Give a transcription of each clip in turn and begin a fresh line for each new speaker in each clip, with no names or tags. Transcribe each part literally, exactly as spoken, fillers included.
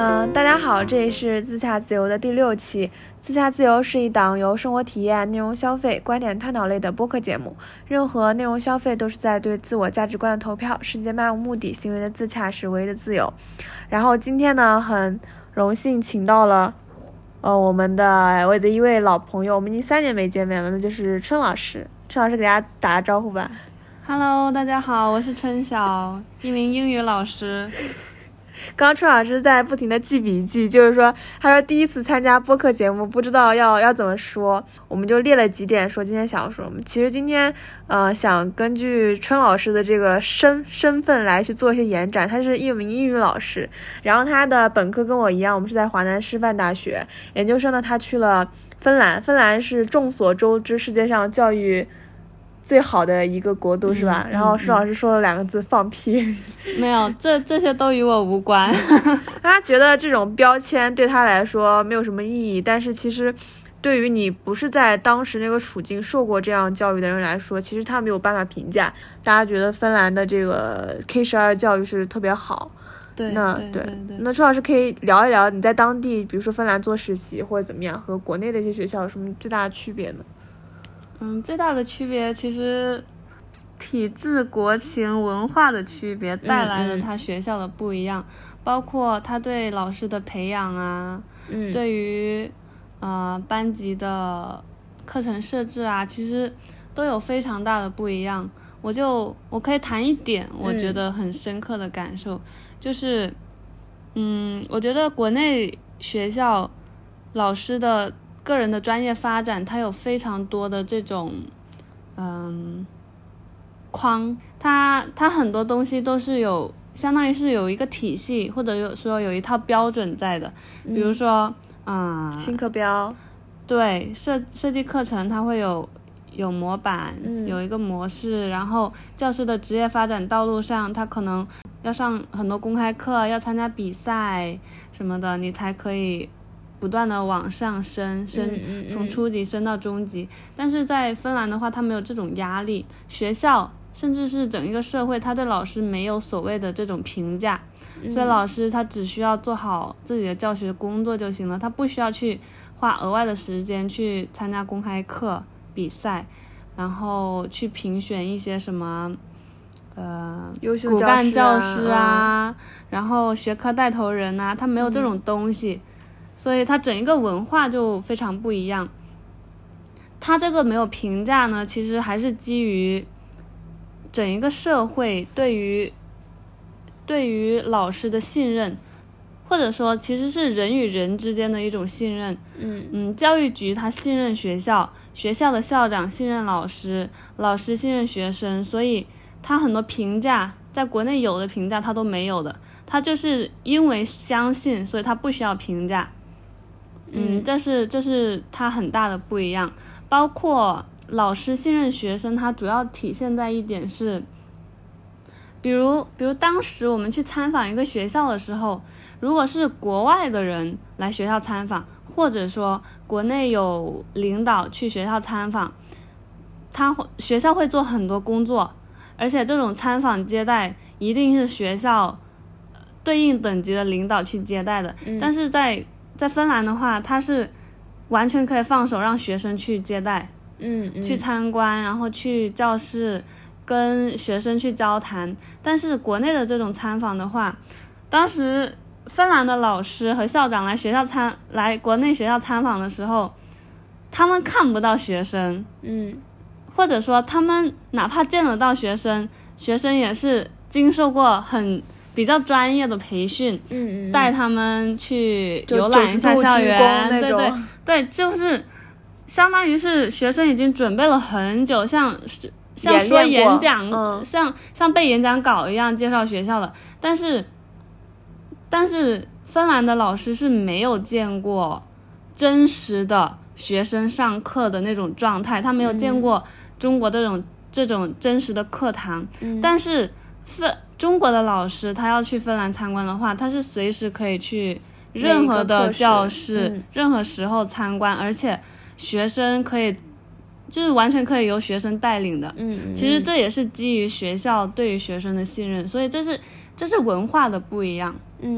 嗯、呃，大家好，这里是自洽自由的第六期。自洽自由是一档由生活体验、内容消费、观点探讨类的播客节目。任何内容消费都是在对自我价值观的投票，世界漫无目的，行为的自洽是唯一的自由。然后今天呢，很荣幸请到了呃我们的我的一位老朋友，我们已经三年没见面了，那就是春老师。春老师给大家打个招呼吧。
Hello， 大家好，我是春晓，一名英语老师。
刚刚春老师在不停的记笔记，就是说他说第一次参加播客节目不知道要要怎么说，我们就列了几点说今天想说。其实今天呃想根据春老师的这个身身份来去做一些延展。他是一名英语老师，然后他的本科跟我一样，我们是在华南师范大学，研究生呢他去了芬兰。芬兰是众所周知世界上教育最好的一个国度，是吧？
嗯、
然后舒老师说了两个字、嗯、放屁。
没有，这这些都与我无关。
他觉得这种标签对他来说没有什么意义，但是其实对于你不是在当时那个处境受过这样教育的人来说，其实他没有办法评价。大家觉得芬兰的这个 K 十二 教育是特别好。
对，
那
对对对，
那朱老师可以聊一聊你在当地，比如说芬兰做实习或者怎么样，和国内的一些学校有什么最大的区别呢？
嗯，最大的区别其实体制、国情、文化的区别带来了他学校的不一样，嗯嗯，包括他对老师的培养啊，嗯、对于呃班级的课程设置啊，其实都有非常大的不一样。我就我可以谈一点我觉得很深刻的感受，嗯、就是嗯，我觉得国内学校老师的个人的专业发展，它有非常多的这种嗯框，它它很多东西都是有相当于是有一个体系，或者有说有一套标准在的。比如说啊、
嗯呃，新课标，
对，设设计课程它会有有模板、嗯、有一个模式，然后教师的职业发展道路上，他可能要上很多公开课，要参加比赛什么的，你才可以不断的往上升，升从初级升到中级。但是在芬兰的话，他没有这种压力，学校甚至是整一个社会，他对老师没有所谓的这种评价，所以老师他只需要做好自己的教学工作就行了，他不需要去花额外的时间去参加公开课、比赛，然后去评选一些什么呃骨干教师啊、嗯、然后学科带头人啊，他没有这种东西。嗯，所以它整一个文化就非常不一样。它这个没有评价呢，其实还是基于整一个社会对于对于老师的信任，或者说其实是人与人之间的一种信任。嗯嗯，教育局它信任学校，学校的校长信任老师，老师信任学生，所以它很多评价在国内有的评价它都没有的，它就是因为相信，所以它不需要评价。嗯，这是这是它很大的不一样。包括老师信任学生，它主要体现在一点是，比如比如当时我们去参访一个学校的时候，如果是国外的人来学校参访，或者说国内有领导去学校参访，他学校会做很多工作，而且这种参访接待一定是学校对应等级的领导去接待的。嗯、但是在在芬兰的话，他是完全可以放手让学生去接待，嗯，嗯去参观，然后去教室跟学生去交谈。但是国内的这种参访的话，当时芬兰的老师和校长来学校参来国内学校参访的时候，他们看不到学生，嗯，或者说他们哪怕见得到学生，学生也是经受过很比较专业的培训，嗯嗯，带他们去游览一下校园，对对对，就是相当于是学生已经准备了很久，像像说演讲，嗯、像像背演讲稿一样介绍学校的。但是但是芬兰的老师是没有见过真实的学生上课的那种状态，他没有见过中国这种、嗯、这种真实的课堂，嗯、但是芬中国的老师他要去芬兰参观的话，他是随时可以去任何的教室、嗯、任何时候参观，而且学生可以就是完全可以由学生带领的。嗯，其实这也是基于学校对于学生的信任，所以这是这是文化的不一样。
嗯，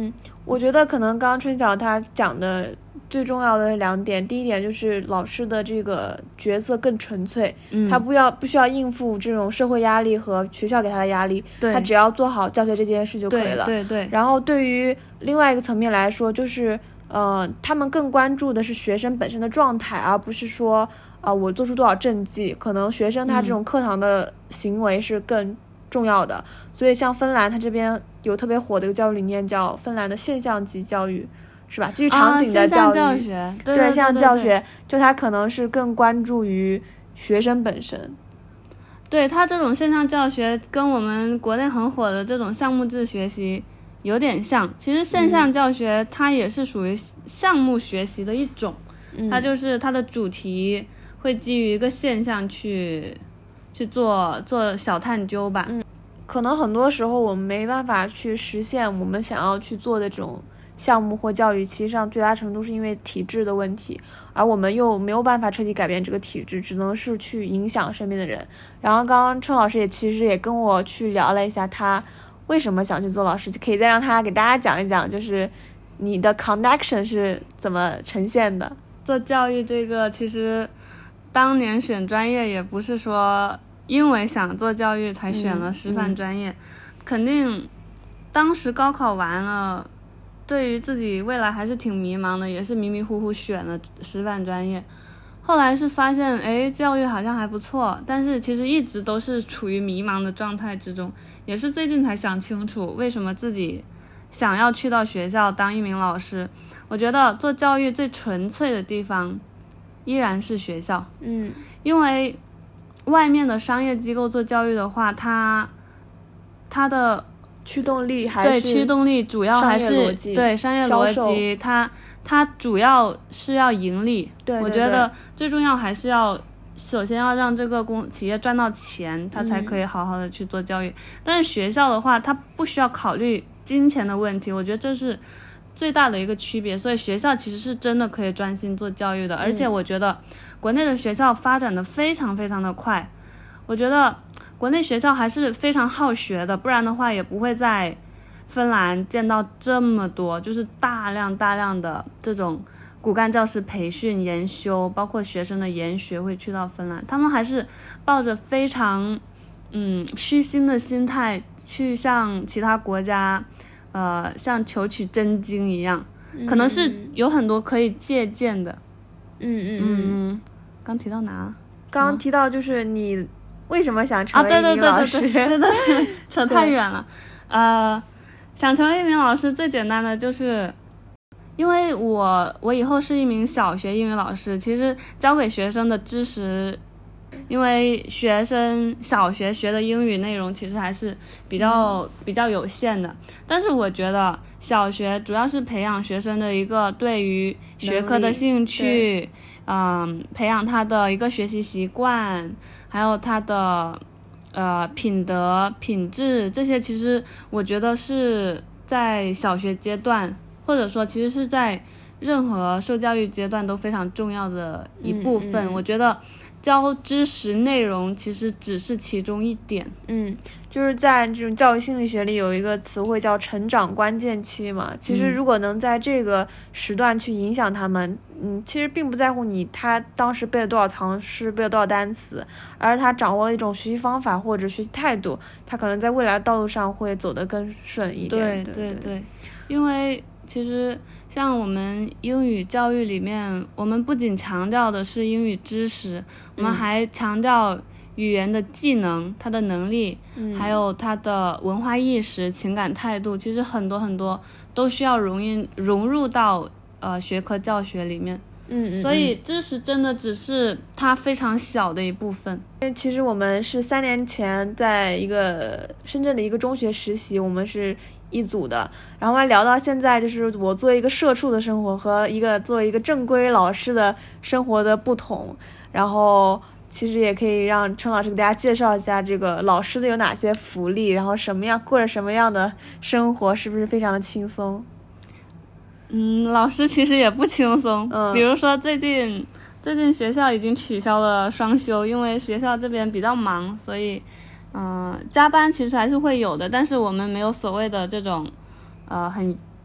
我觉得可能刚刚春晓他讲的最重要的两点，第一点就是老师的这个角色更纯粹，嗯，他不要不需要应付这种社会压力和学校给他的压力，他只要做好教学这件事就可以了。
对对对。
然后对于另外一个层面来说，就是呃，他们更关注的是学生本身的状态，而不是说啊、呃、我做出多少政绩，可能学生他这种课堂的行为是更重要的。嗯、所以像芬兰，他这边有特别火的一个教育理念，叫芬兰的现象级教育。是吧？基于场景的教育，
啊、教学，对
对，像教学，就它可能是更关注于学生本身。
对，它这种线上教学跟我们国内很火的这种项目制学习有点像。其实线上教学它也是属于项目学习的一种，嗯、它就是它的主题会基于一个现象去去做做小探究吧。
嗯，可能很多时候我们没办法去实现我们想要去做的这种项目或教育，其实上最大程度是因为体制的问题，而我们又没有办法彻底改变这个体制，只能是去影响身边的人。然后刚刚春老师也其实也跟我去聊了一下他为什么想去做老师，可以再让他给大家讲一讲，就是你的 connection 是怎么呈现的。
做教育这个其实当年选专业也不是说因为想做教育才选了师范专业，嗯嗯、肯定当时高考完了对于自己未来还是挺迷茫的，也是迷迷糊糊选了师范专业。后来是发现哎，教育好像还不错，但是其实一直都是处于迷茫的状态之中，也是最近才想清楚为什么自己想要去到学校当一名老师。我觉得做教育最纯粹的地方依然是学校，
嗯，
因为外面的商业机构做教育的话，它它的
驱动力还是
对驱动力主要还是对商业逻辑，它它主要是要盈利。
对，
我觉得最重要还是要首先要让这个公企业赚到钱，它才可以好好的去做教育。嗯、但是学校的话，它不需要考虑金钱的问题，我觉得这是最大的一个区别。所以学校其实是真的可以专心做教育的，而且我觉得国内的学校发展的非常非常的快，我觉得国内学校还是非常好学的，不然的话也不会在芬兰见到这么多就是大量大量的这种骨干教师培训研修，包括学生的研学会去到芬兰，他们还是抱着非常嗯虚心的心态去向其他国家呃像求取真经一样，可能是有很多可以借鉴的。
嗯嗯嗯，
刚提到哪？
刚刚提到就是你为什么想成为一名老师？
啊、对, 对, 对, 对, 对, 对, 对, 对扯太远了。呃，想成为一名老师最简单的就是，因为我我以后是一名小学英语老师，其实教给学生的知识，因为学生小学学的英语内容其实还是比较、嗯、比较有限的，但是我觉得小学主要是培养学生的一个对于学科的兴趣。嗯，培养他的一个学习习惯，还有他的呃品德品质，这些其实我觉得是在小学阶段，或者说其实是在任何受教育阶段都非常重要的一部分。
嗯嗯、
我觉得教知识内容其实只是其中一点。
嗯，就是在这种教育心理学里有一个词汇叫成长关键期嘛，其实如果能在这个时段去影响他们，嗯，其实并不在乎你他当时背了多少唐诗，背了多少单词，而他掌握了一种学习方法或者学习态度，他可能在未来道路上会走得更顺一点。
对对 对, 对，因为其实像我们英语教育里面，我们不仅强调的是英语知识，我们还强调语言的技能，他的能力、嗯、还有他的文化意识、情感态度，其实很多很多都需要融入融入到呃学科教学里面。
嗯, 嗯, 嗯，
所以知识真的只是它非常小的一部分。
因为其实我们是三年前在一个深圳的一个中学实习，我们是一组的，然后还聊到现在，就是我作为一个社畜的生活和一个作为一个正规老师的生活的不同，然后其实也可以让陈老师给大家介绍一下这个老师的有哪些福利，然后什么样过着什么样的生活，是不是非常的轻松？
嗯，老师其实也不轻松。
嗯，
比如说最近最近学校已经取消了双休，因为学校这边比较忙，所以嗯、呃，加班其实还是会有的，但是我们没有所谓的这种呃很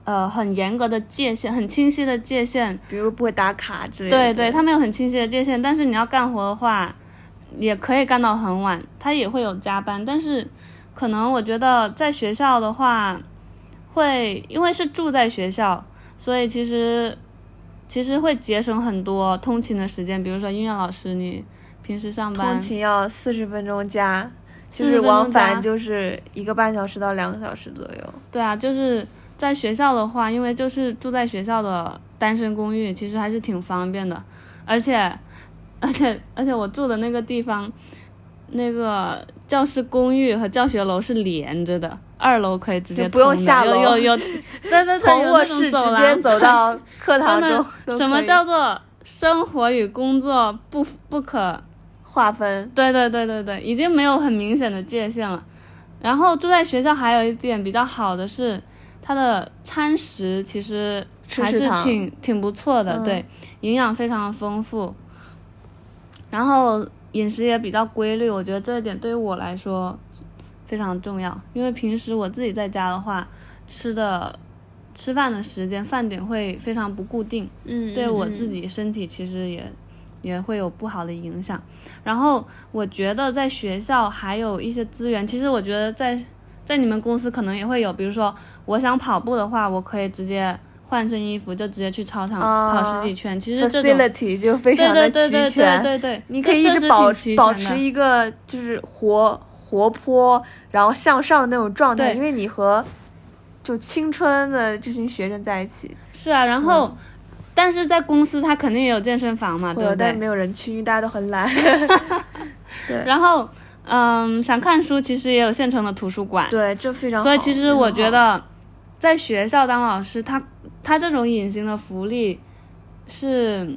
呃很严格的界限，很清晰的界限，
比如不会打卡之类的。
对对，他们有很清晰的界限，但是你要干活的话也可以干到很晚，他也会有加班，但是可能我觉得在学校的话会因为是住在学校，所以其实其实会节省很多通勤的时间。比如说音乐老师你平时上班
通勤要四十分钟加，就是往返就是一个半小时到两个小时左右。
对啊，就是在学校的话，因为就是住在学校的单身公寓，其实还是挺方便的，而且而且而且我住的那个地方，那个教室公寓和教学楼是连着的，二楼可以直接通的，
不用下楼，
有有有，对对对，
从卧室直接走到课堂中。
什么叫做生活与工作不不可
划分？
对对对对对，已经没有很明显的界限了。然后住在学校还有一点比较好的是，它的餐食其实还是挺挺不错的，嗯、对，营养非常丰富，然后饮食也比较规律，我觉得这一点对于我来说非常重要，因为平时我自己在家的话，吃的吃饭的时间饭点会非常不固定，
嗯，
对我自己身体其实也也会有不好的影响。然后我觉得在学校还有一些资源，其实我觉得在在你们公司可能也会有，比如说我想跑步的话，我可以直接换身衣服就直接去操场跑十几圈， uh, 其实这种
facility 就非常的齐全，
对对对对对对，
你可以一直保保持一个就是活活泼然后向上的那种状态，因为你和就青春的这群学生在一起。
是啊，然后、嗯、但是在公司他肯定也有健身房嘛，对不对？
但是没有人去，因为大家都很懒。对，
然后嗯，想看书其实也有现成的图书馆，
对，这非常好。
所以其实我觉得在学校当老师，他他这种隐形的福利是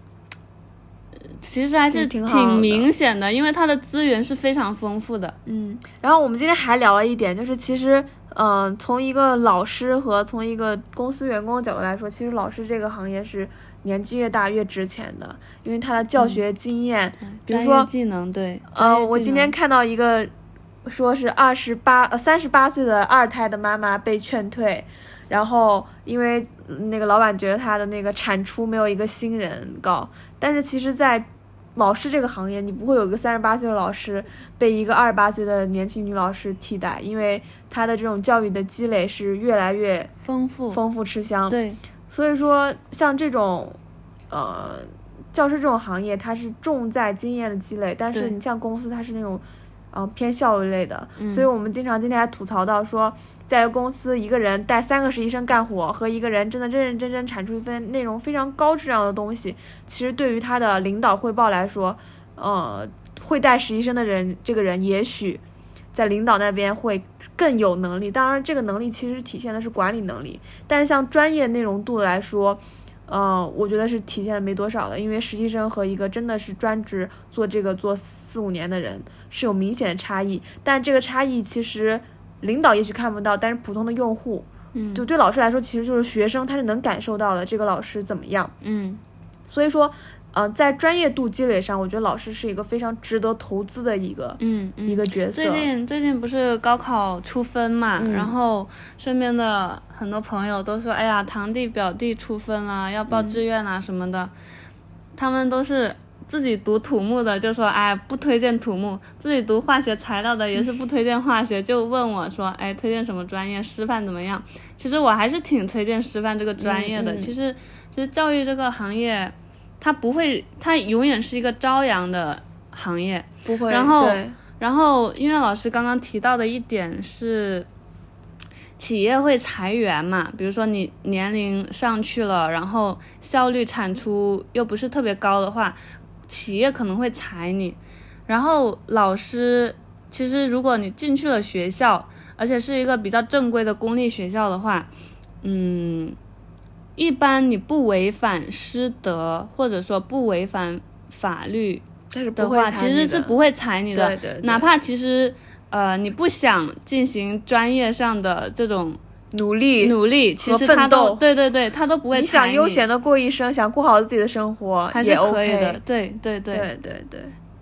其实还是挺明显的，因为他的资源是非常丰富的。
嗯，然后我们今天还聊了一点，就是其实嗯、呃，从一个老师和从一个公司员工的角度来说，其实老师这个行业是年纪越大越值钱的，因为他的教学经验、嗯、比如说
技能，对，
呃，我今天看到一个说是二十八呃三十八岁的二胎的妈妈被劝退，然后因为那个老板觉得她的那个产出没有一个新人高，但是其实在老师这个行业，你不会有一个三十八岁的老师被一个二十八岁的年轻女老师替代，因为她的这种教育的积累是越来越
丰富
丰富吃香。
对，
所以说像这种呃教师这种行业，它是重在经验的积累，但是你像公司它是那种呃偏效率类的、嗯、所以我们经常今天还吐槽到说，在公司一个人带三个实习生干活和一个人真的认认真真产出一份内容非常高质量的东西，其实对于他的领导汇报来说，呃，会带实习生的人这个人也许在领导那边会更有能力，当然这个能力其实体现的是管理能力，但是像专业内容度来说，呃，我觉得是体现的没多少的，因为实习生和一个真的是专职做这个做四五年的人是有明显的差异，但这个差异其实领导也许看不到，但是普通的用户，
嗯，
就对老师来说，其实就是学生他是能感受到的这个老师怎么样，
嗯，
所以说，呃，在专业度积累上，我觉得老师是一个非常值得投资的一个，
嗯，嗯
一个角色。
最近最近不是高考出分嘛、
嗯，
然后身边的很多朋友都说，哎呀，堂弟表弟出分了，要报志愿啊什么的，嗯、他们都是自己读土木的就说哎不推荐土木，自己读化学材料的也是不推荐化学，就问我说哎推荐什么专业，师范怎么样？其实我还是挺推荐师范这个专业的。
嗯嗯、
其实其实教育这个行业它不会，它永远是一个朝阳的行业，
不会。
然后
对
然后音乐老师刚刚提到的一点是企业会裁员嘛，比如说你年龄上去了，然后效率产出又不是特别高的话，企业可能会裁你。然后老师其实如果你进去了学校，而且是一个比较正规的公立学校的话，嗯，一般你不违反师德或者说不违反法律的话，其实是不会裁你的。
对对对，
哪怕其实呃你不想进行专业上的这种
努力
努力，其实他都对对对，他都不会裁你。
你想悠闲的过一生，想过好自己的生活，
还是可以的。对对对
对对对。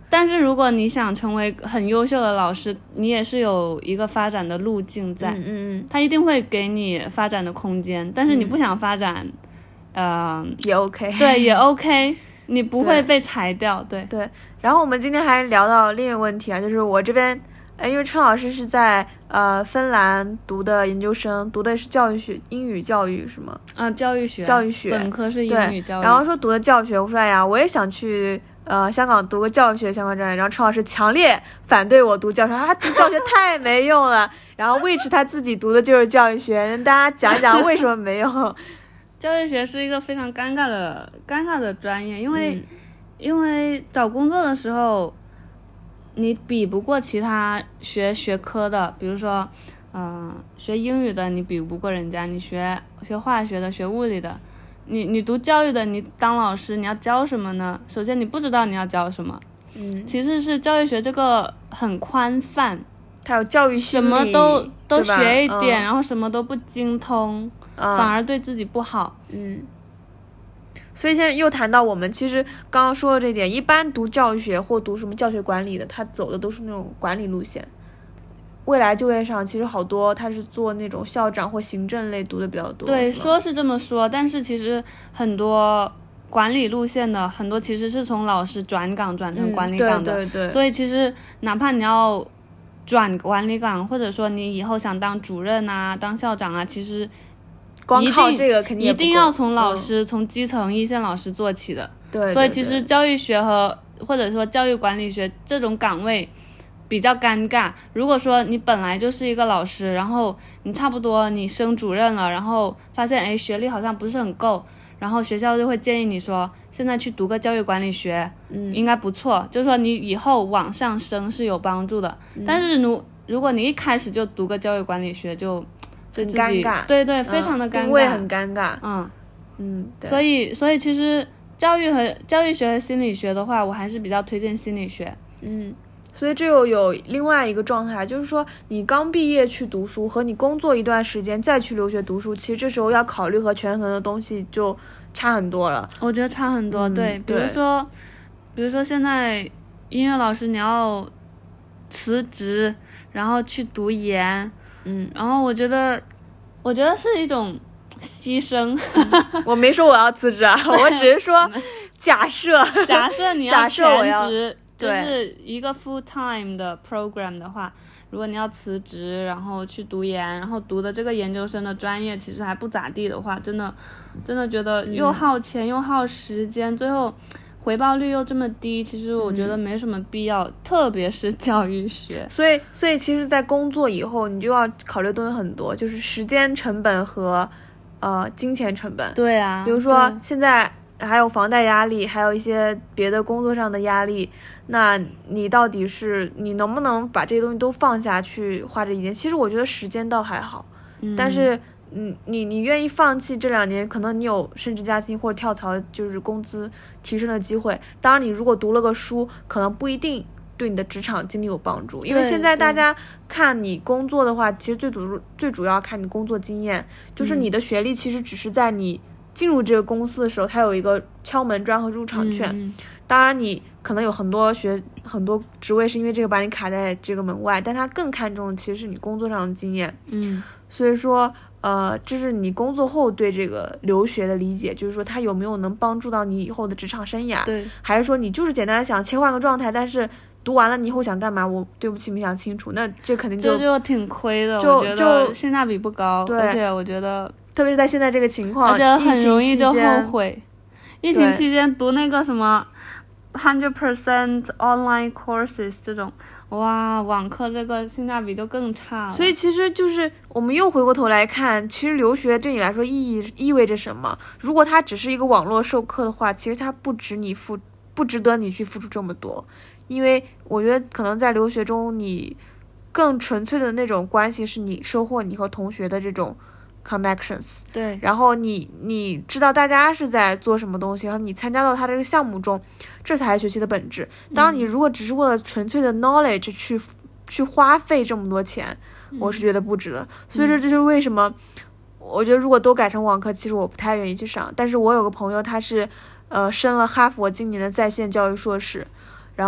但是如果你想成为很优秀的老师，你也是有一个发展的路径在，
嗯嗯，
他一定会给你发展的空间，但是你不想发展，嗯、呃，
也 OK，
对，也 OK， 你不会被裁掉，对
对。然后我们今天还聊到另一个问题啊，就是我这边，呃，因为陈老师是在呃芬兰读的研究生，读的是教育学，英语教育是吗？
啊，教育学，
教育学，
本科是英语教育。
然后说读的教育学，我说哎呀，我也想去呃香港读个教育学相关专业。然后陈老师强烈反对我读教学，他读教学太没用了。然后 which 他自己读的就是教育学，跟大家讲讲为什么没用。
教育学是一个非常尴尬的尴尬的专业，因为、嗯、因为找工作的时候，你比不过其他学学科的，比如说，嗯、呃，学英语的你比不过人家，你学学化学的、学物理的，你你读教育的，你当老师你要教什么呢？首先你不知道你要教什么，
嗯，
其次是教育学这个很宽泛，
它有教育心理，
什么都都学一点、
嗯，
然后什么都不精通。
嗯、
反而对自己不好，
嗯，所以现在又谈到我们其实刚刚说的这点，一般读教育学或读什么教学管理的，他走的都是那种管理路线。未来就业上其实好多他是做那种校长或行政类读的比较多。
对，说是这么说，但是其实很多管理路线的很多其实是从老师转岗转成管理岗的、
嗯、对对对，
所以其实哪怕你要转管理岗，或者说你以后想当主任啊当校长啊，其实
光靠这个肯定也
一定要从老师、嗯、从基层一线老师做起的。
对，对，对，
所以其实教育学和或者说教育管理学这种岗位比较尴尬。如果说你本来就是一个老师，然后你差不多你升主任了，然后发现哎学历好像不是很够，然后学校就会建议你说现在去读个教育管理学，
嗯，
应该不错，就是说你以后往上升是有帮助的。
嗯、
但是如如果你一开始就读个教育管理学，就
很尴尬，
对对，非常的尴尬，
定位很尴尬，
嗯
嗯，
所以所以其实教育和教育学和心理学的话，我还是比较推荐心理学。
嗯，所以这又有另外一个状态，就是说你刚毕业去读书和你工作一段时间再去留学读书，其实这时候要考虑和权衡的东西就差很多了。
我觉得差很多，
嗯、
对，比如说比如说现在音乐老师你要辞职然后去读研，
嗯，
然后我觉得我觉得是一种牺牲。
我没说我要辞职啊，我只是说假设
假设你要全职，就是一个 full time 的 program 的话，如果你要辞职然后去读研，然后读的这个研究生的专业其实还不咋地的话，真的真的觉得又耗钱、嗯、又耗时间，最后回报率又这么低，其实我觉得没什么必要、嗯、特别是教育学。
所以所以其实在工作以后你就要考虑的东西很多，就是时间成本和呃金钱成本。
对啊，
比如说现在还有房贷压力，还有一些别的工作上的压力，那你到底是你能不能把这些东西都放下去花这一年？其实我觉得时间倒还好、嗯、但是嗯，你你愿意放弃这两年，可能你有升职加薪或者跳槽，就是工资提升的机会。当然你如果读了个书，可能不一定对你的职场经历有帮助，因为现在大家看你工作的话，其实最主最主要看你工作经验，就是你的学历其实只是在你进入这个公司的时候它有一个敲门砖和入场券、
嗯、
当然你可能有很多学很多职位是因为这个把你卡在这个门外，但他更看重的其实是你工作上的经验。
嗯，
所以说呃，这是你工作后对这个留学的理解，就是说它有没有能帮助到你以后的职场生涯，
对，
还是说你就是简单想切换个状态，但是读完了你以后想干嘛，我对不起没想清楚，那这肯定就
这就挺亏的，
就
我觉得性价比不高，
对，
而且我觉得
特别是在现在这个情况，
而且很容易就后悔。疫情期间读那个什么 hundred percent online courses 这种，哇，网课这个性价比就更差了。
所以其实就是我们又回过头来看，其实留学对你来说意义意味着什么？如果它只是一个网络授课的话，其实它不值你付不值得你去付出这么多，因为我觉得可能在留学中你更纯粹的那种关系是你收获你和同学的这种connections，
对，
然后你你知道大家是在做什么东西，然后你参加到他这个项目中，这才是学习的本质。当你如果只是为了纯粹的 knowledge 去、嗯、去花费这么多钱，我是觉得不值得、嗯、所以这就是为什么我觉得如果都改成网课，其实我不太愿意去上。但是我有个朋友他是呃升了哈佛今年的在线教育硕士，然后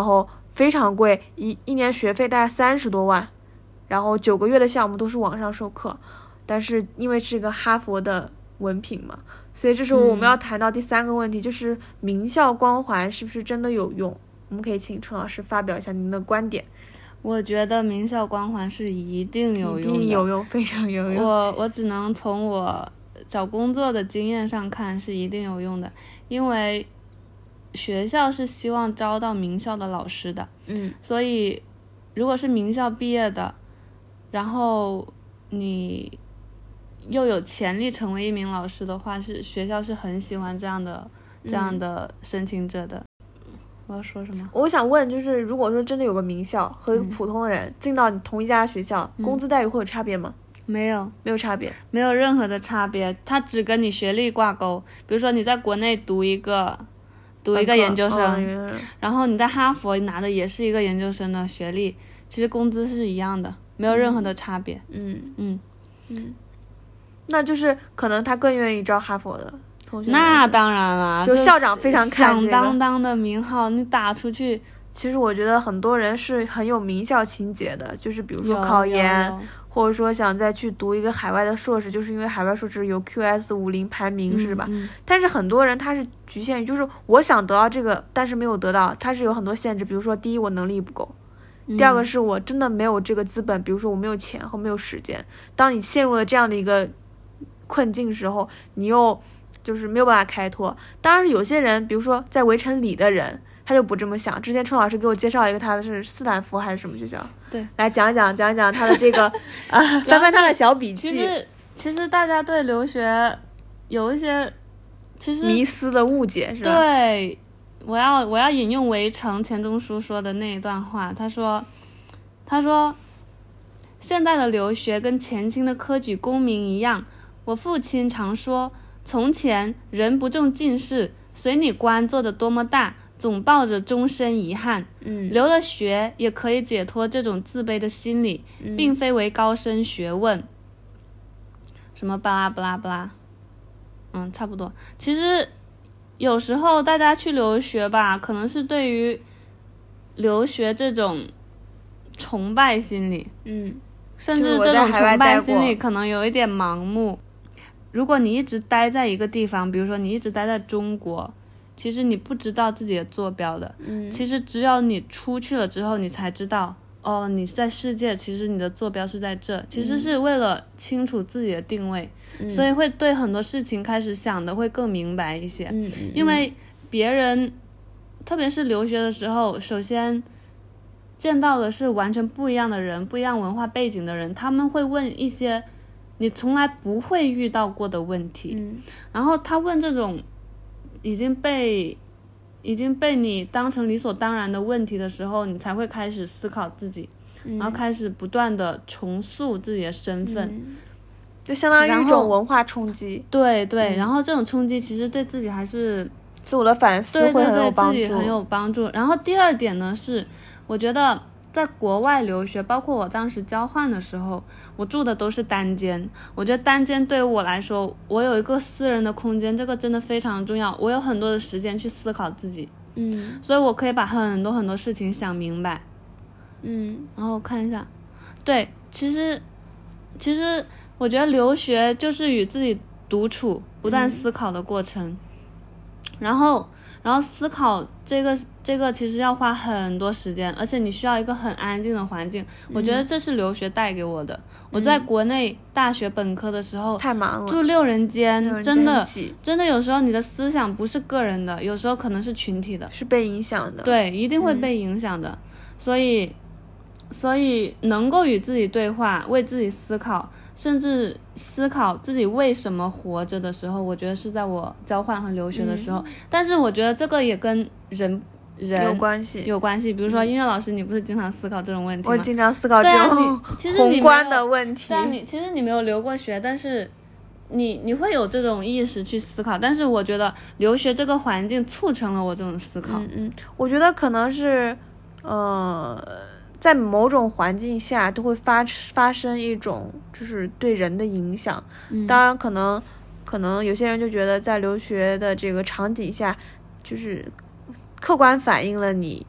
非常贵，一一年学费大概三十多万，然后九个月的项目都是网上授课，但是因为是一个哈佛的文凭嘛，所以这时候我们要谈到第三个问题，嗯、就是名校光环是不是真的有用？我们可以请陈老师发表一下您的观点。
我觉得名校光环是一定有用的，
一定有用，非常有用。
我我只能从我找工作的经验上看是一定有用的，因为学校是希望招到名校的老师的，
嗯，
所以如果是名校毕业的，然后你又有潜力成为一名老师的话，是学校是很喜欢这样的这样的申请者的。嗯、我要说什么？
我想问，就是如果说真的有个名校和一个普通人、嗯、进到你同一家学校，工资待遇会有差别吗？
没有，
没有差别，
没有任何的差别，它只跟你学历挂钩。比如说你在国内读一个读一个研究生、
哦、
然后你在哈佛拿的也是一个研究生的学历，其实工资是一样的，没有任何的差别。
嗯
嗯
嗯, 嗯，那就是可能他更愿意招哈佛的同学。
那当然了，
就校长非常看这个
响当当的名号，你打出去。
其实我觉得很多人是很有名校情节的，就是比如说考研，或者说想再去读一个海外的硕士，就是因为海外硕士有 Q S 五十 排名、
嗯、
是吧、
嗯、
但是很多人他是局限于，就是我想得到这个但是没有得到，他是有很多限制，比如说第一我能力不够、嗯、第二个是我真的没有这个资本，比如说我没有钱和没有时间。当你陷入了这样的一个困境时候，你又就是没有办法开拓。当然有些人比如说在围城里的人他就不这么想。之前春老师给我介绍一个，他的是斯坦福还是什么学校？
对，
来讲讲讲讲他的这个啊，翻翻他的小笔记。
其实其实大家对留学有一些其实
迷思的误解，是吧？
对，我要我要引用围城钱钟书说的那一段话，他说他说现代的留学跟前清的科举功名一样，我父亲常说，从前人不中进士，随你官做得多么大，总抱着终身遗憾。
嗯，
留了学也可以解脱这种自卑的心理、嗯、并非为高深学问。什么巴拉巴拉巴拉，嗯，差不多。其实有时候大家去留学吧，可能是对于留学这种崇拜心理，
嗯，
甚至这种崇拜心理可能有一点盲目。如果你一直待在一个地方，比如说你一直待在中国，其实你不知道自己的坐标的、
嗯、
其实只有你出去了之后你才知道，哦，你在世界其实你的坐标是在这，其实是为了清楚自己的定位、嗯、所以会对很多事情开始想的会更明白一些、
嗯、
因为别人特别是留学的时候，首先见到的是完全不一样的人，不一样文化背景的人，他们会问一些你从来不会遇到过的问题、
嗯、
然后他问这种已经被已经被你当成理所当然的问题的时候，你才会开始思考自己、嗯、然后开始不断的重塑自己的身份、
嗯、就相当于一种文化冲击。
对对、嗯、然后这种冲击其实对自己还是
自我的反思会很有帮助，
对对对，自己很有帮助。然后第二点呢是，我觉得在国外留学，包括我当时交换的时候，我住的都是单间。我觉得单间对于我来说，我有一个私人的空间，这个真的非常重要。我有很多的时间去思考自己，
嗯，
所以我可以把很多很多事情想明白，
嗯。
然后看一下，对，其实其实我觉得留学就是与自己独处、不断思考的过程。嗯、然后然后思考这个这个其实要花很多时间，而且你需要一个很安静的环境、嗯、我觉得这是留学带给我的、嗯、我在国内大学本科的时候
太忙了，
住六人间，
六人间
真的真的有时候你的思想不是个人的，有时候可能是群体的，
是被影响的，
对，一定会被影响的、嗯、所以所以能够与自己对话，为自己思考，甚至思考自己为什么活着的时候，我觉得是在我交换和留学的时候、嗯、但是我觉得这个也跟人人
有关系
有关系比如说音乐老师、嗯、你不是经常思考这种问题吗？
我经常思考这种宏观的问题，
但你其实你没有留过学，但是你你会有这种意识去思考，但是我觉得留学这个环境促成了我这种思考。
嗯嗯，我觉得可能是呃在某种环境下都会发发生一种就是对人的影响、嗯、当然可能可能有些人就觉得在留学的这个场景下就是客观反映了你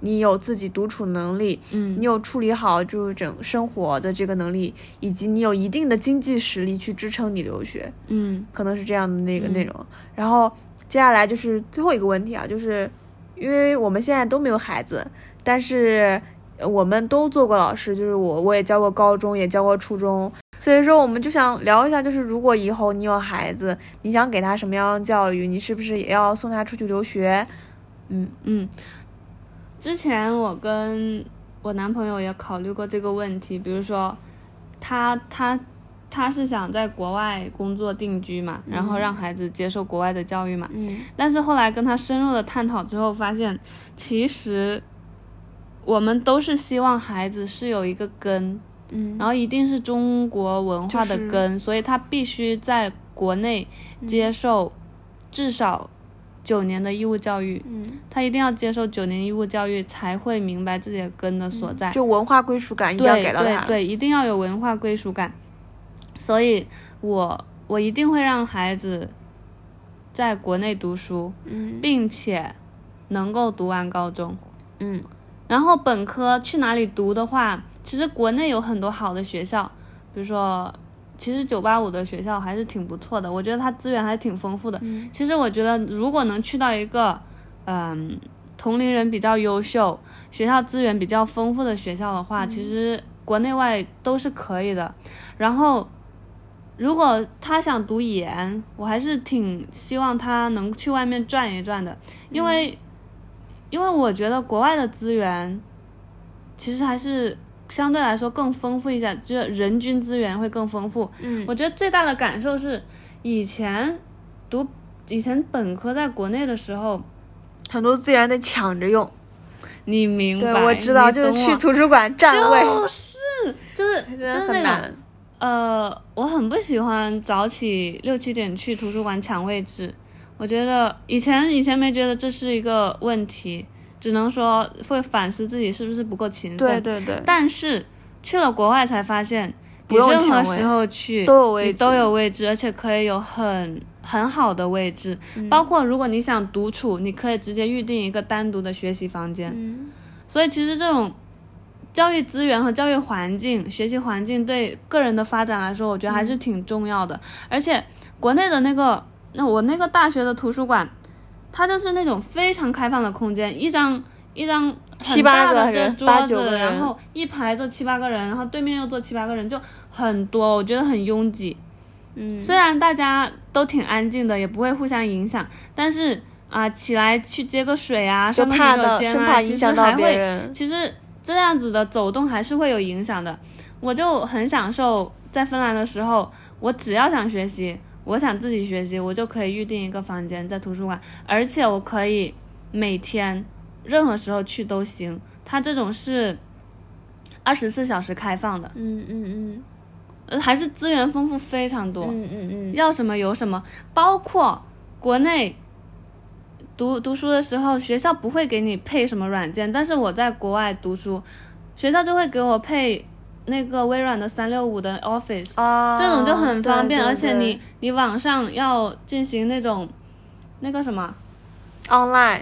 你有自己独处能力，
嗯，
你有处理好就是整生活的这个能力，以及你有一定的经济实力去支撑你留学，
嗯，
可能是这样的那个内容。然后接下来就是最后一个问题啊，就是因为我们现在都没有孩子，但是我们都做过老师，就是我我也教过高中，也教过初中，所以说我们就想聊一下，就是如果以后你有孩子，你想给他什么样的教育，你是不是也要送他出去留学？嗯
嗯，之前我跟我男朋友也考虑过这个问题，比如说他他他是想在国外工作定居嘛，然后让孩子接受国外的教育嘛，
嗯，
但是后来跟他深入的探讨之后发现，其实我们都是希望孩子是有一个根，
嗯，
然后一定是中国文化的根，
就是、
所以他必须在国内接受至少九年的义务教育，
嗯，
他一定要接受九年义务教育才会明白自己的根的所在，
嗯、就文化归属感一定要给到他，
对对对，一定要有文化归属感。所以我我一定会让孩子在国内读书，
嗯，
并且能够读完高中，
嗯，
然后本科去哪里读的话，其实国内有很多好的学校，比如说其实九八五的学校还是挺不错的，我觉得它资源还挺丰富的、
嗯、
其实我觉得如果能去到一个嗯同龄人比较优秀，学校资源比较丰富的学校的话、嗯、其实国内外都是可以的。然后如果他想读研，我还是挺希望他能去外面转一转的，因为、嗯、因为我觉得国外的资源其实还是相对来说更丰富一些，就是人均资源会更丰富。
嗯，
我觉得最大的感受是以前读以前本科在国内的时候，
很多资源得抢着用。
你明白？
对，我知道，就是去图书馆占位，
就是就是就是那种。呃，我很不喜欢早起六七点去图书馆抢位置，我觉得以前以前没觉得这是一个问题，只能说会反思自己是不是不够勤奋。
对对对。
但是去了国外才发现，你任何时候去
都有位置，
都有位置，而且可以有很很好的位置、嗯。包括如果你想独处，你可以直接预定一个单独的学习房间。
嗯。
所以其实这种教育资源和教育环境、学习环境对个人的发展来说，我觉得还是挺重要的。嗯、而且国内的那个，那我那个大学的图书馆，它就是那种非常开放的空间，一张一张很大的这桌子，然后一排坐七八个人，然后对面又坐七八个人，就很多，我觉得很拥挤。
嗯，
虽然大家都挺安静的，也不会互相影响，但是啊、呃，起来去接个水啊，上个洗手间啊，其实还会，其实。这样子的走动还是会有影响的。我就很享受在芬兰的时候，我只要想学习，我想自己学习，我就可以预定一个房间在图书馆，而且我可以每天任何时候去都行。它这种是二十四小时开放的，
嗯嗯
嗯，还是资源丰富非常多，
嗯嗯嗯，
要什么有什么，包括国内。读读书的时候，学校不会给你配什么软件，但是我在国外读书，学校就会给我配那个微软的三六五的 Office，、
哦、
这种就很方便，
对对对，
而且你你网上要进行那种那个什么
online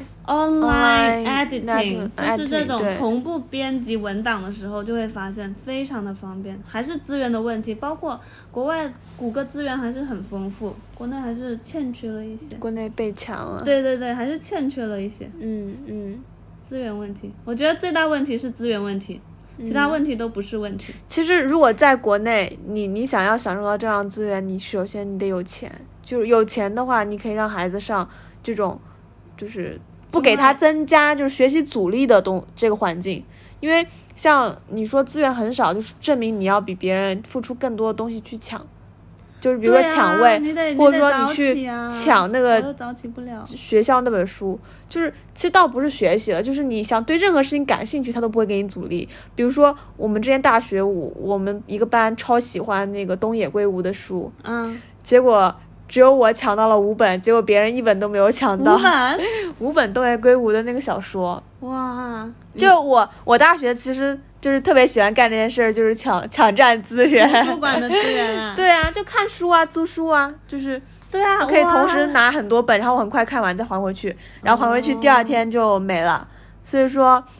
online editing，
editing
就是这种同步编辑文档的时候，就会发现非常的方便。还是资源的问题，包括国外谷歌资源还是很丰富，国内还是欠缺了一些。
国内被抢了。
对对对，还是欠缺了一些。
嗯嗯，
资源问题，我觉得最大问题是资源问题，其他问题都不是问题。
嗯、其实如果在国内，你你想要享受到这样资源，你首先你得有钱，就是有钱的话，你可以让孩子上这种，就是不给他增加就是学习阻力的东这个环境，因为像你说资源很少，就是证明你要比别人付出更多的东西去抢。就是比如说抢位、
啊、
或者说你去抢那个学校那本书，就是其实倒不是学习了，就是你想对任何事情感兴趣他都不会给你阻力。比如说我们之前大学我我们一个班超喜欢那个东野圭吾的书，
嗯，
结果只有我抢到了五本，结果别人一本都没有抢到。
五本
五本东野圭吾的那个小说。
哇，
就我我大学其实就是特别喜欢干这件事，就是抢抢占资源，
图书馆的资源啊。
对啊，就看书啊，租书啊，就是
对啊，
可以同时拿很多本，然后很快看完再还回去，然后还回去第二天就没了。所以说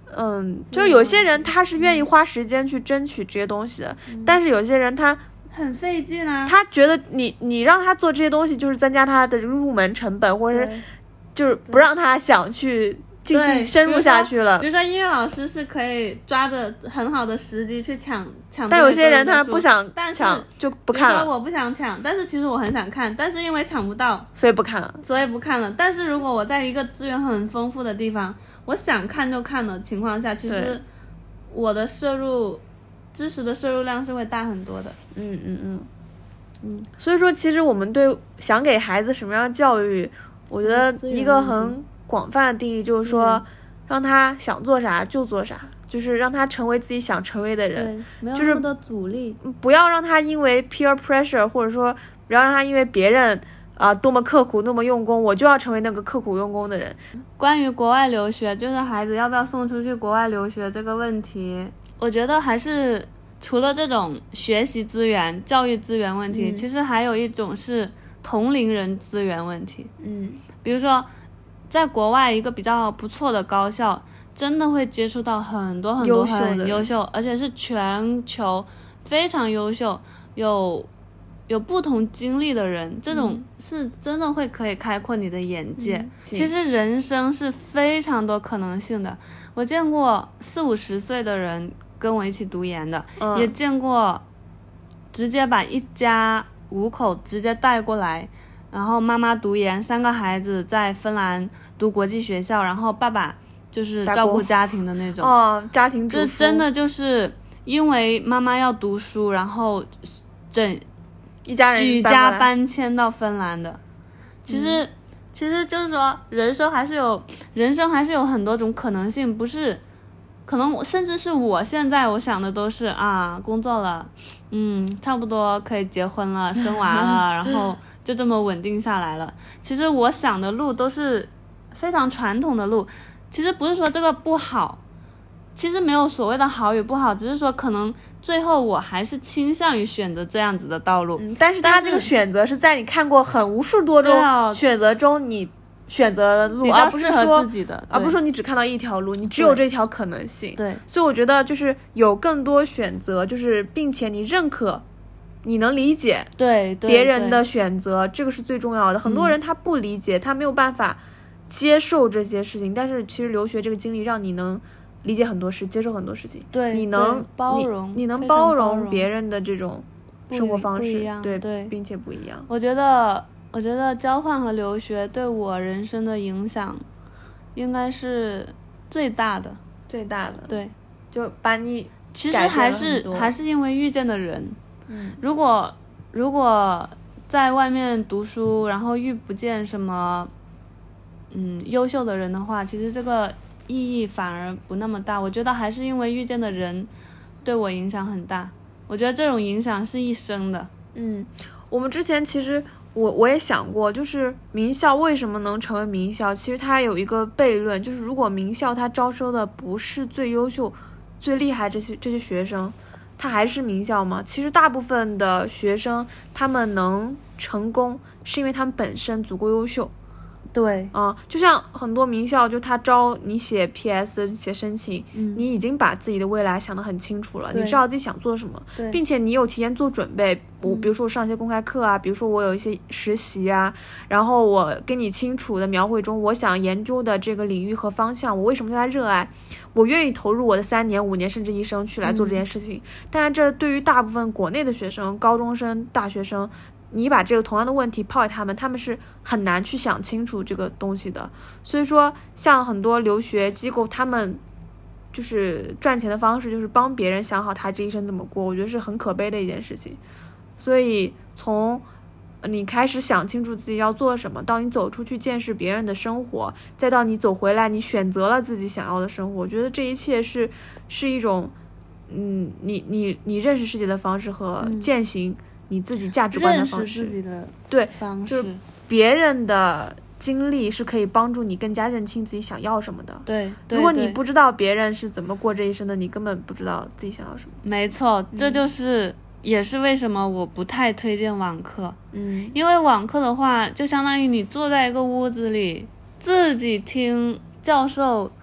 嗯，就有些人他是愿意花时间去争取这些东西的，嗯、但是有些人他
很费劲啊，
他觉得你你让他做这些东西就是增加他的入门成本，或者是就是不让他想去进行深入下去了。
比如说音乐老师是可以抓着很好的时机去抢抢，
但有些人他不想抢就不看了。
比如说我不想抢，但是其实我很想看，但是因为抢不到，
所以不看了，
所以不看了。但是如果我在一个资源很丰富的地方，我想看就看的情况下，其实我的摄入知识的摄入量是会大很多的。
嗯嗯嗯嗯。所以说，其实我们对想给孩子什么样的教育，我觉得一个很广泛的定义就是说，让他想做啥就做啥，就是让他成为自己想成为的人，
没有那么多阻力，
就是不要让他因为 peer pressure， 或者说不要让他因为别人啊、呃、多么刻苦多么用功，我就要成为那个刻苦用功的人。
关于国外留学，就是孩子要不要送出去国外留学这个问题，我觉得还是除了这种学习资源、教育资源问题，嗯、其实还有一种是同龄人资源问题。
嗯，
比如说在国外一个比较不错的高校，真的会接触到很多很多很优秀，而且是全球非常优秀，有有不同经历的人，这种是真的会可以开阔你的眼界。嗯、其实人生是非常多可能性的。我见过四五十岁的人跟我一起读研的，嗯、也见过直接把一家五口直接带过来，然后妈妈读研，三个孩子在芬兰读国际学校，然后爸爸就是照顾家庭的那种。
哦，家庭主妇。
这真的就是因为妈妈要读书，然后整
一家人
举家搬迁到芬兰的。其实、嗯、其实就是说人生还是有人生还是有很多种可能性，不是可能甚至是我现在我想的都是啊，工作了，嗯，差不多可以结婚了，生娃了，然后就这么稳定下来了。其实我想的路都是非常传统的路，其实不是说这个不好，其实没有所谓的好与不好，只是说可能最后我还是倾向于选择这样子的道路。
嗯、但是他这个选择是在你看过很无数多种选择中你选择路，
比较适合自己的，
而不是说你只看到一条路，你只有这条可能性。
对，
所以我觉得就是有更多选择，就是并且你认可，你能理解
对
别人的选择，这个是最重要的。很多人他不理解，嗯、他没有办法接受这些事情，但是其实留学这个经历让你能理解很多事，接受很多事情。
对，
你能
包容，
你, 你能包容别人的这种生活方式，
对
对，并且不一样。
我觉得。我觉得交换和留学对我人生的影响应该是最大的
最大的
对，
就把你
其实还是还是因为遇见的人。
嗯，
如果如果在外面读书然后遇不见什么嗯优秀的人的话，其实这个意义反而不那么大。我觉得还是因为遇见的人对我影响很大，我觉得这种影响是一生的。
嗯，我们之前其实我我也想过，就是名校为什么能成为名校，其实它有一个悖论，就是如果名校它招收的不是最优秀最厉害这些这些学生，它还是名校吗？其实大部分的学生他们能成功是因为他们本身足够优秀。
对
啊、嗯，就像很多名校，就他招你写 P S 写申请、嗯，你已经把自己的未来想得很清楚了，你知道自己想做什么，并且你有提前做准备。我比如说我上一些公开课啊、嗯，比如说我有一些实习啊，然后我跟你清楚的描绘中我想研究的这个领域和方向，我为什么对它热爱，我愿意投入我的三年、五年甚至一生去来做这件事情。嗯、但是这对于大部分国内的学生、高中生、大学生。你把这个同样的问题抛给他们，他们是很难去想清楚这个东西的。所以说像很多留学机构，他们就是赚钱的方式就是帮别人想好他这一生怎么过，我觉得是很可悲的一件事情。所以从你开始想清楚自己要做什么，到你走出去见识别人的生活，再到你走回来你选择了自己想要的生活，我觉得这一切是是一种嗯，你你你认识世界的方式和践行、嗯你自己价值观的方式，
认识自己的
对
方式，
就是别人的经历是可以帮助你更加认清自己想要什么的。
对，对
如果你不知道别人是怎么过这一生的，你根本不知道自己想要什么。
没错，这就是、嗯、也是为什么我不太推荐网课。
嗯，
因为网课的话，就相当于你坐在一个屋子里，自己听教授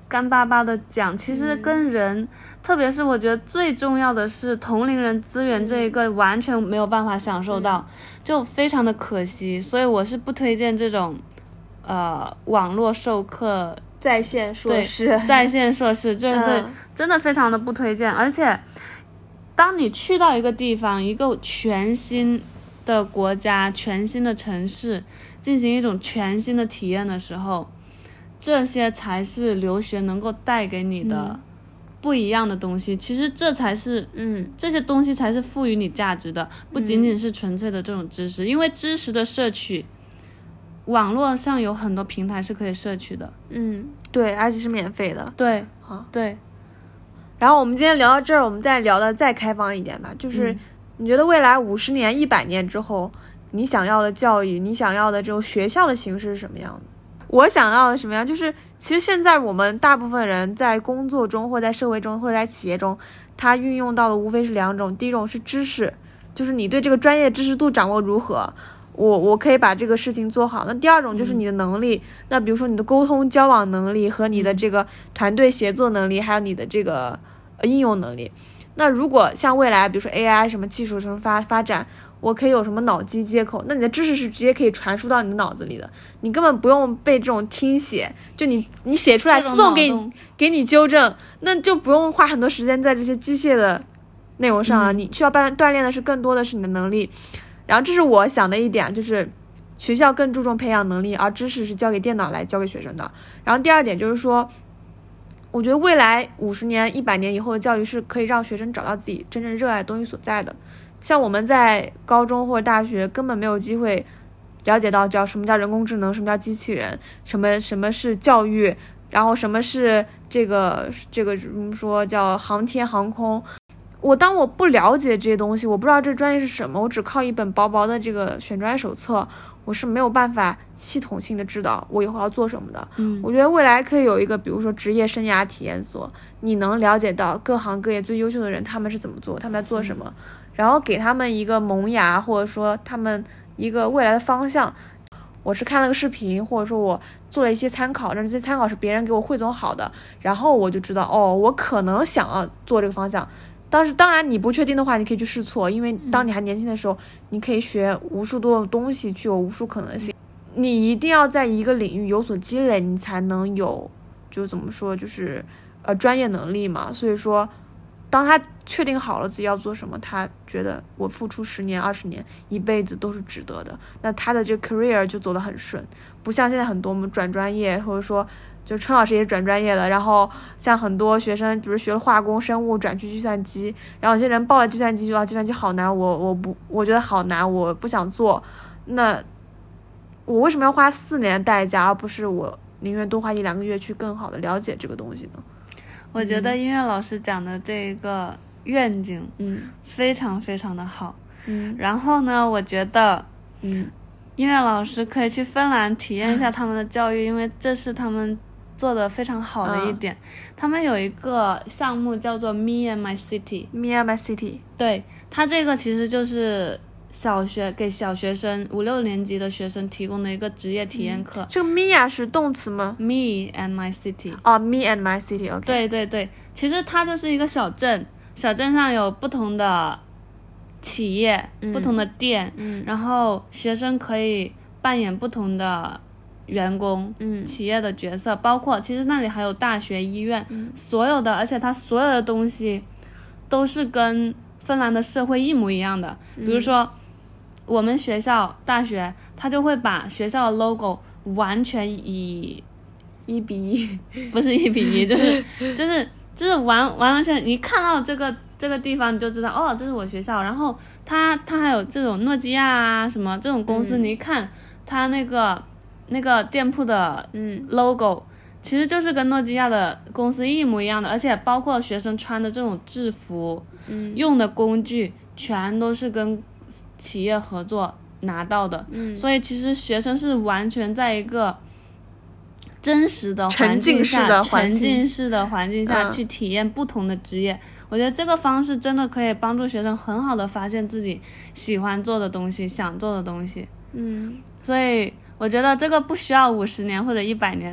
干巴巴的讲，其实跟人、嗯、特别是我觉得最重要的是同龄人资源这一个完全没有办法享受到、嗯、就非常的可惜，所以我是不推荐这种呃网络授课
在线硕士
在线硕士真的、嗯、真的非常的不推荐。而且当你去到一个地方，一个全新的国家，全新的城市，进行一种全新的体验的时候，这些才是留学能够带给你的不一样的东西、嗯、其实这才是嗯，这些东西才是赋予你价值的，不仅仅是纯粹的这种知识、嗯、因为知识的摄取网络上有很多平台是可以摄取的，
嗯，对，而且是免费的，
对，好，对。
然后我们今天聊到这儿，我们再聊的再开放一点吧，就是你觉得未来五十年、一百年之后，你想要的教育，你想要的这种学校的形式是什么样的？我想要的什么样？就是其实现在我们大部分人在工作中，或在社会中，或者在企业中，他运用到的无非是两种，第一种是知识，就是你对这个专业知识度掌握如何，我我可以把这个事情做好。那第二种就是你的能力、嗯、那比如说你的沟通交往能力和你的这个团队协作能力、嗯、还有你的这个、呃、应用能力。那如果像未来比如说 A I 什么技术什么发发展，我可以有什么脑机接口，那你的知识是直接可以传输到你的脑子里的，你根本不用背这种听写，就你你写出来自动给你给你纠正，那就不用花很多时间在这些机械的内容上了、嗯、你需要锻锻炼的是更多的是你的能力。然后这是我想的一点，就是学校更注重培养能力，而知识是交给电脑来教给学生的。然后第二点就是说，我觉得未来五十年、一百年以后的教育是可以让学生找到自己真正热爱的东西所在的。像我们在高中或者大学根本没有机会了解到叫什么叫人工智能，什么叫机器人，什么什么是教育，然后什么是这个这个怎么说叫航天航空。我当我不了解这些东西，我不知道这专业是什么，我只靠一本薄薄的这个选专业手册，我是没有办法系统性的知道我以后要做什么的。嗯，我觉得未来可以有一个比如说职业生涯体验所，你能了解到各行各业最优秀的人他们是怎么做，他们在做什么、嗯、然后给他们一个萌芽，或者说他们一个未来的方向。我是看了个视频，或者说我做了一些参考，但是这些参考是别人给我汇总好的，然后我就知道哦，我可能想要做这个方向。当时当然你不确定的话，你可以去试错，因为当你还年轻的时候、嗯、你可以学无数多的东西，具有无数可能性、嗯、你一定要在一个领域有所积累，你才能有就怎么说就是呃专业能力嘛。所以说当他确定好了自己要做什么，他觉得我付出十年二十年一辈子都是值得的，那他的这个 career 就走得很顺。不像现在很多我们转专业，或者说就陈老师也转专业了，然后像很多学生比如学了化工生物转去计算机，然后有些人报了计算机，觉得计算机好难，我我不我觉得好难，我不想做。那我为什么要花四年代价，而不是我宁愿多花一两个月去更好的了解这个东西呢？
我觉得音乐老师讲的这个愿景嗯非常非常的好。嗯，然后呢我觉得嗯音乐老师可以去芬兰体验一下他们的教育，因为这是他们做的非常好的一点、嗯、他们有一个项目叫做 Me and My City
Me and My City
对，它这个其实就是小学给小学生五六年级的学生提供的一个职业体验课、嗯、
这个 me 啊是动词吗？
Me and My City
哦、oh, Me and My City OK
对对对，其实它就是一个小镇，小镇上有不同的企业、嗯、不同的店、嗯、然后学生可以扮演不同的员工、嗯、企业的角色，包括其实那里还有大学医院、嗯、所有的，而且它所有的东西都是跟芬兰的社会一模一样的、嗯、比如说我们学校大学它就会把学校的 logo 完全以
一比一
不是一比一就是就是就是完完完全你看到这个这个地方你就知道哦这是我学校，然后它它还有这种诺基亚啊什么这种公司、嗯、你一看它那个那个店铺的嗯 logo 其实就是跟诺基亚的公司一模一样的，而且包括学生穿的这种制服、嗯、用的工具全都是跟企业合作拿到的、嗯、所以其实学生是完全在一个真实的环境下沉浸式的环境下去体验不同的职业、嗯、我觉得这个方式真的可以帮助学生很好的发现自己喜欢做的东西想做的东西。嗯，所以我觉得这个不需要五十年或者一百年，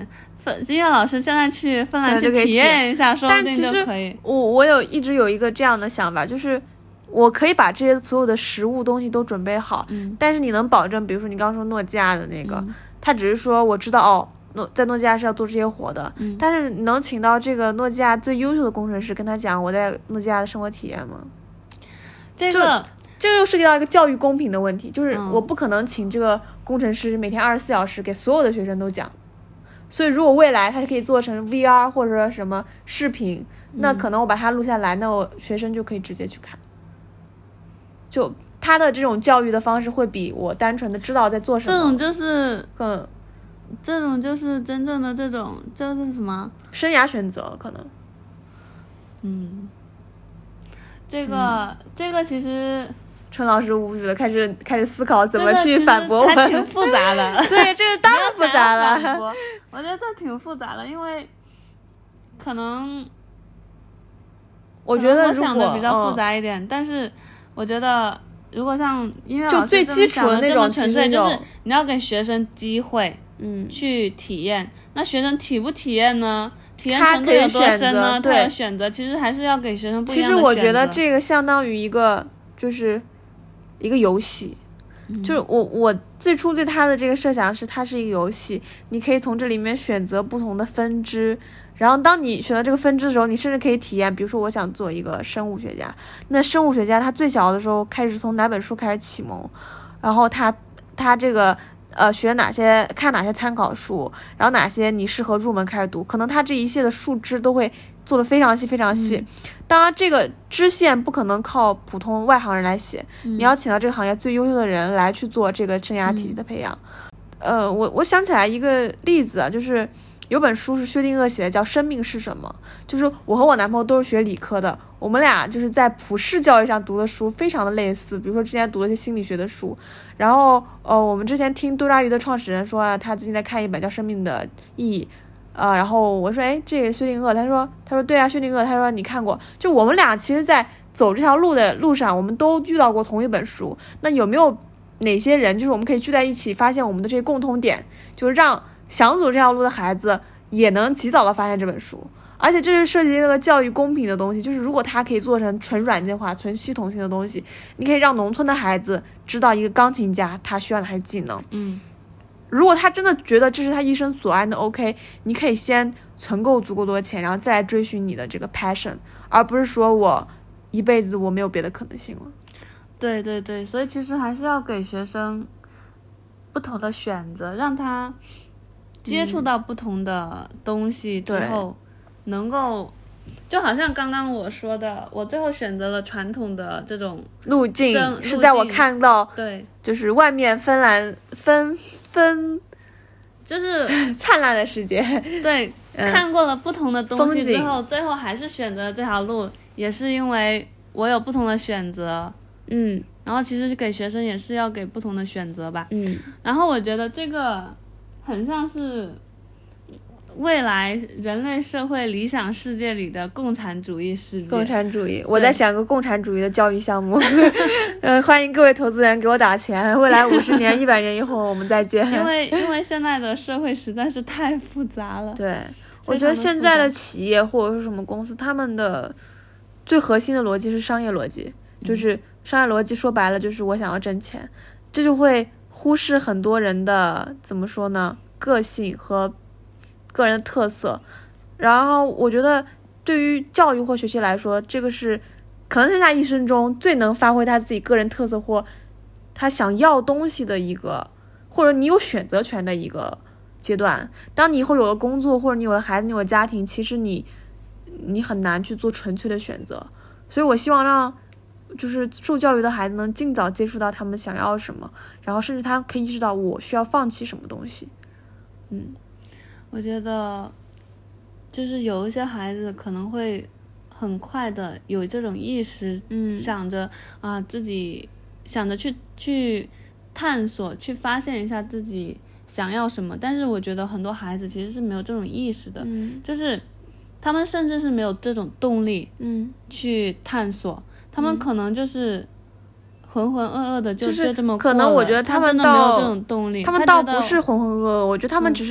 音乐老师现在去芬兰去体验一下，说不定就可以。
我我有一直有一个这样的想法，就是我可以把这些所有的实物东西都准备好，
嗯，
但是你能保证，比如说你刚刚说诺基亚的那个，嗯，他只是说我知道哦，诺在诺基亚是要做这些活的，
嗯，
但是能请到这个诺基亚最优秀的工程师跟他讲我在诺基亚的生活体验吗？
这个
这个又涉及到一个教育公平的问题，就是我不可能请这个工程师每天二十四小时给所有的学生都讲，所以如果未来它是可以做成 V R 或者说什么视频，那可能我把它录下来，那我学生就可以直接去看，就他的这种教育的方式会比我单纯的知道在做什么，
这种就是
更
这种就是真正的这种就是什么
生涯选择可能，
嗯，这个、嗯、这个其实
陈老师无语了，开始开始思考怎么去反驳我，
还挺复杂的。
对，这个当然复杂了。
我觉得这挺复杂的，因为可能
我觉得
我想的比较复杂一点，嗯、但是我觉得如果像音乐老师
就最基础的那种
纯粹，就是你要给学生机会，
嗯，
去体验。那学生体不体验呢？体验程度有多深呢？他有选择，其实还是要给学生不一样的选择。
其实我觉得这个相当于一个就是一个游戏，
嗯、
就是我我最初对它的这个设想是它是一个游戏，你可以从这里面选择不同的分支，然后当你选择这个分支的时候，你甚至可以体验，比如说我想做一个生物学家，那生物学家他最小的时候开始从哪本书开始启蒙，然后他他这个呃学哪些看哪些参考书，然后哪些你适合入门开始读，可能他这一切的树枝都会做得非常细非常细、嗯、当然这个支线不可能靠普通外行人来写、嗯、你要请到这个行业最优秀的人来去做这个生涯体系的培养、嗯、呃我我想起来一个例子啊，就是有本书是薛定谔写的，叫《生命是什么》，就是我和我男朋友都是学理科的，我们俩就是在普世教育上读的书非常的类似，比如说之前读了一些心理学的书，然后呃，我们之前听多抓鱼的创始人说啊，他最近在看一本叫《生命的意义》，呃，然后我说哎，这个薛定谔，他说他说对啊，薛定谔，他说你看过，就我们俩其实在走这条路的路上，我们都遇到过同一本书，那有没有哪些人就是我们可以聚在一起，发现我们的这些共同点，就是让想走这条路的孩子也能及早的发现这本书，而且这是涉及一个教育公平的东西，就是如果它可以做成纯软件化、纯系统性的东西，你可以让农村的孩子知道一个钢琴家他需要哪些技能。
嗯，
如果他真的觉得这是他一生所爱的 OK， 你可以先存够足够多的钱，然后再来追寻你的这个 passion， 而不是说我一辈子我没有别的可能性了。
对对对，所以其实还是要给学生不同的选择，让他接触到不同的东西之后、嗯、能够就好像刚刚我说的，我最后选择了传统的这种
路径，是在我看到
对
就是外面芬兰芬芬
就是
灿烂的世界，
对、嗯、看过了不同的东西之后，最后还是选择这条路，也是因为我有不同的选择。
嗯，
然后其实给学生也是要给不同的选择吧。
嗯，
然后我觉得这个很像是未来人类社会理想世界里的共产主义世界。
共产主义，我在想个共产主义的教育项目。呃，欢迎各位投资人给我打钱，未来五十年、一百年以后我们再见。
因为因为现在的社会实在是太复杂了。
对，我觉得现在的企业或者是什么公司，他们的最核心的逻辑是商业逻辑，就是商业逻辑说白了就是我想要挣钱，这就会忽视很多人的怎么说呢，个性和个人的特色。然后我觉得对于教育或学习来说，这个是可能在他一生中最能发挥他自己个人特色或他想要东西的一个，或者你有选择权的一个阶段。当你以后有了工作，或者你有了孩子，你有了家庭，其实你你很难去做纯粹的选择。所以我希望让就是受教育的孩子能尽早接触到他们想要什么，然后甚至他可以意识到我需要放弃什么东西。嗯，
我觉得就是有一些孩子可能会很快的有这种意识，
嗯，
想着啊自己想着去去探索，去发现一下自己想要什么。但是我觉得很多孩子其实是没有这种意识的，
嗯，
就是他们甚至是没有这种动力，
嗯，
去探索。他们可能就是浑浑噩噩的就、
就是、
就这么过了，
可能我觉得他们倒
他真的没有这种动力，
他们倒不是浑浑噩噩，我觉得他们只是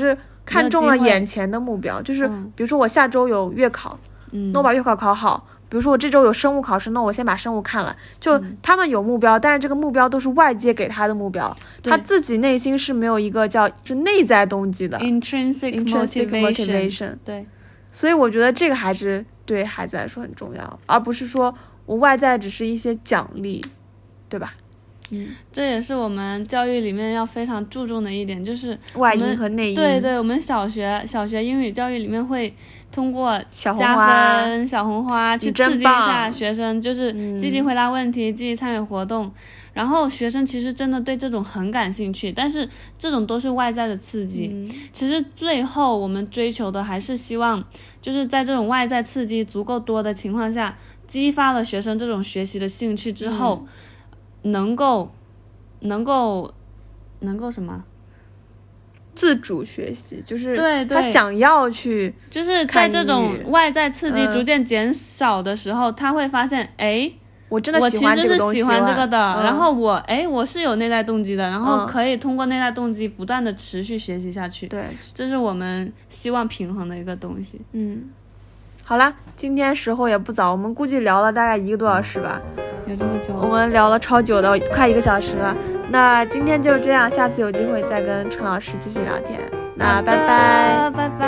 看中了眼前的目标，就是比如说我下周有月考，
嗯，
那我把月考考好。比如说我这周有生物考试，那我先把生物看了。就他们有目标，但是这个目标都是外界给他的目标，他自己内心是没有一个叫就内在动机的
intrinsic motivation。对，
所以我觉得这个还是对孩子来说很重要，而不是说我外在只是一些奖励，对吧？
嗯，这也是我们教育里面要非常注重的一点，就是
外因和内因。
对对，我们小学小学英语教育里面会通过加分小红花去刺激一下学生，就是积极回答问题、嗯、积极参与活动，然后学生其实真的对这种很感兴趣，但是这种都是外在的刺激、嗯、其实最后我们追求的还是希望就是在这种外在刺激足够多的情况下，激发了学生这种学习的兴趣之后、嗯能够能够能够什么
自主学习，就是
对
他想要去，
就是在这种外在刺激逐渐减少的时候、嗯、他会发现哎，
我真的喜欢这个东西，
我其实是喜欢这个的、
嗯、
然后我哎我是有内在动机的，然后可以通过内在动机不断的持续学习下去，
对、嗯，
这是我们希望平衡的一个东西。
嗯，好啦，今天时候也不早，我们估计聊了大概一个多小时吧，
有这么久？
我们聊了超久的，快一个小时了。那今天就是这样，下次有机会再跟春老师继续聊天。那拜拜，
拜拜。